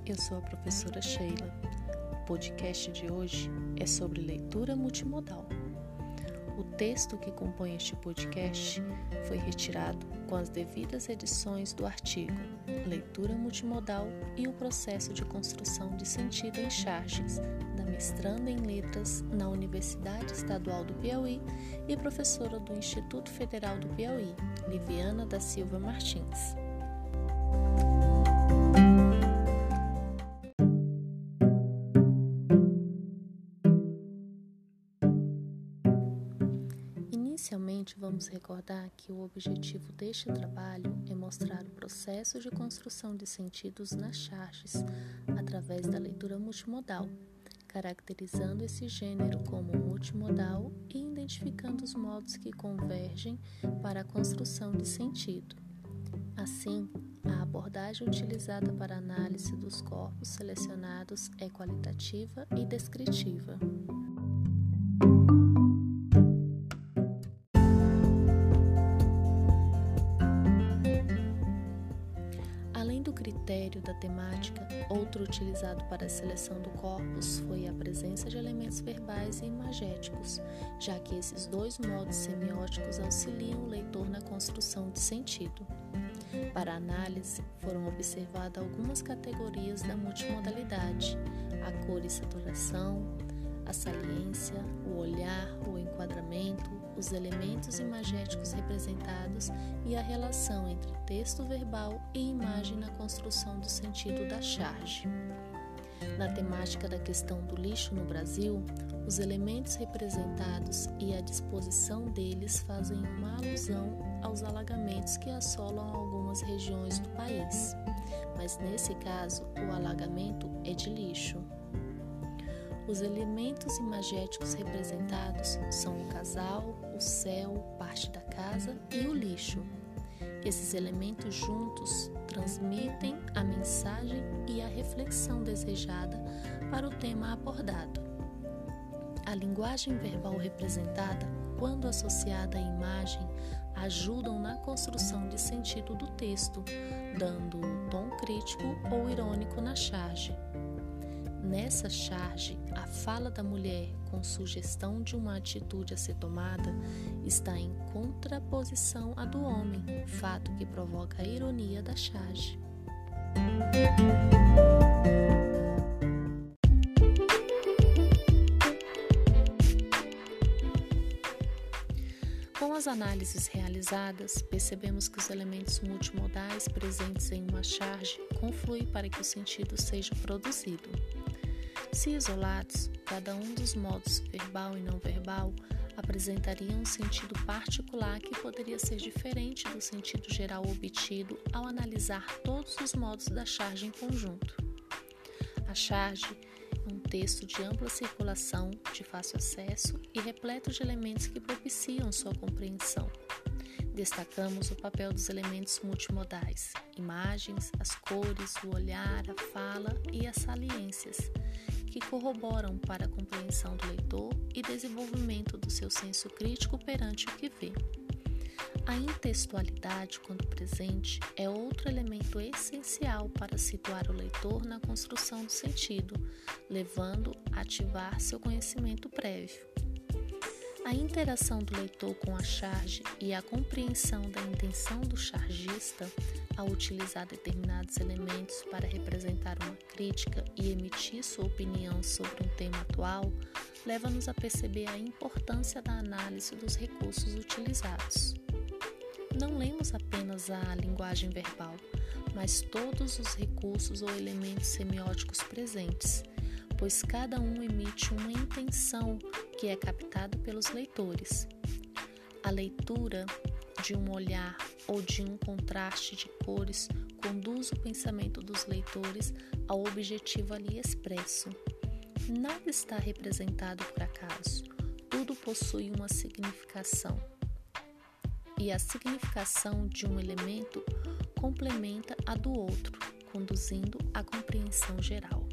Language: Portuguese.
Eu sou a professora Sheila. O podcast de hoje é sobre leitura multimodal. O texto que compõe este podcast foi retirado com as devidas edições do artigo Leitura Multimodal e o processo de construção de sentido em charges, da mestranda em letras na Universidade Estadual do Piauí e professora do Instituto Federal do Piauí, Liviana da Silva Martins. Inicialmente, vamos recordar que o objetivo deste trabalho é mostrar o processo de construção de sentidos nas charges através da leitura multimodal, caracterizando esse gênero como multimodal e identificando os modos que convergem para a construção de sentido. Assim, a abordagem utilizada para a análise dos corpos selecionados é qualitativa e descritiva. Além do critério da temática, outro utilizado para a seleção do corpus foi a presença de elementos verbais e imagéticos, já que esses dois modos semióticos auxiliam o leitor na construção de sentido. Para a análise, foram observadas algumas categorias da multimodalidade: a cor e saturação, a saliência, o olhar, o enquadramento, os elementos imagéticos representados e a relação entre texto verbal e imagem na construção do sentido da charge. Na temática da questão do lixo no Brasil, os elementos representados e a disposição deles fazem uma alusão aos alagamentos que assolam algumas regiões do país, mas nesse caso o alagamento é de lixo. Os elementos imagéticos representados são o casal, o céu, parte da casa e o lixo. Esses elementos juntos transmitem a mensagem e a reflexão desejada para o tema abordado. A linguagem verbal representada, quando associada à imagem, ajudam na construção de sentido do texto, dando um tom crítico ou irônico na charge. Nessa charge, a fala da mulher, com sugestão de uma atitude a ser tomada, está em contraposição à do homem, fato que provoca a ironia da charge. Com as análises realizadas, percebemos que os elementos multimodais presentes em uma charge confluem para que o sentido seja produzido. Se isolados, cada um dos modos verbal e não verbal apresentaria um sentido particular que poderia ser diferente do sentido geral obtido ao analisar todos os modos da charge em conjunto. A charge é um texto de ampla circulação, de fácil acesso e repleto de elementos que propiciam sua compreensão. Destacamos o papel dos elementos multimodais, imagens, as cores, o olhar, a fala e as saliências, que corroboram para a compreensão do leitor e desenvolvimento do seu senso crítico perante o que vê. A intextualidade, quando presente, é outro elemento essencial para situar o leitor na construção do sentido, levando a ativar seu conhecimento prévio. A interação do leitor com a charge e a compreensão da intenção do chargista ao utilizar determinados elementos para representar uma crítica e emitir sua opinião sobre um tema atual, leva-nos a perceber a importância da análise dos recursos utilizados. Não lemos apenas a linguagem verbal, mas todos os recursos ou elementos semióticos presentes, pois cada um emite uma intenção que é captada pelos leitores. A leitura de um olhar ou de um contraste de cores conduz o pensamento dos leitores ao objetivo ali expresso. Nada está representado por acaso, tudo possui uma significação. E a significação de um elemento complementa a do outro, conduzindo à compreensão geral.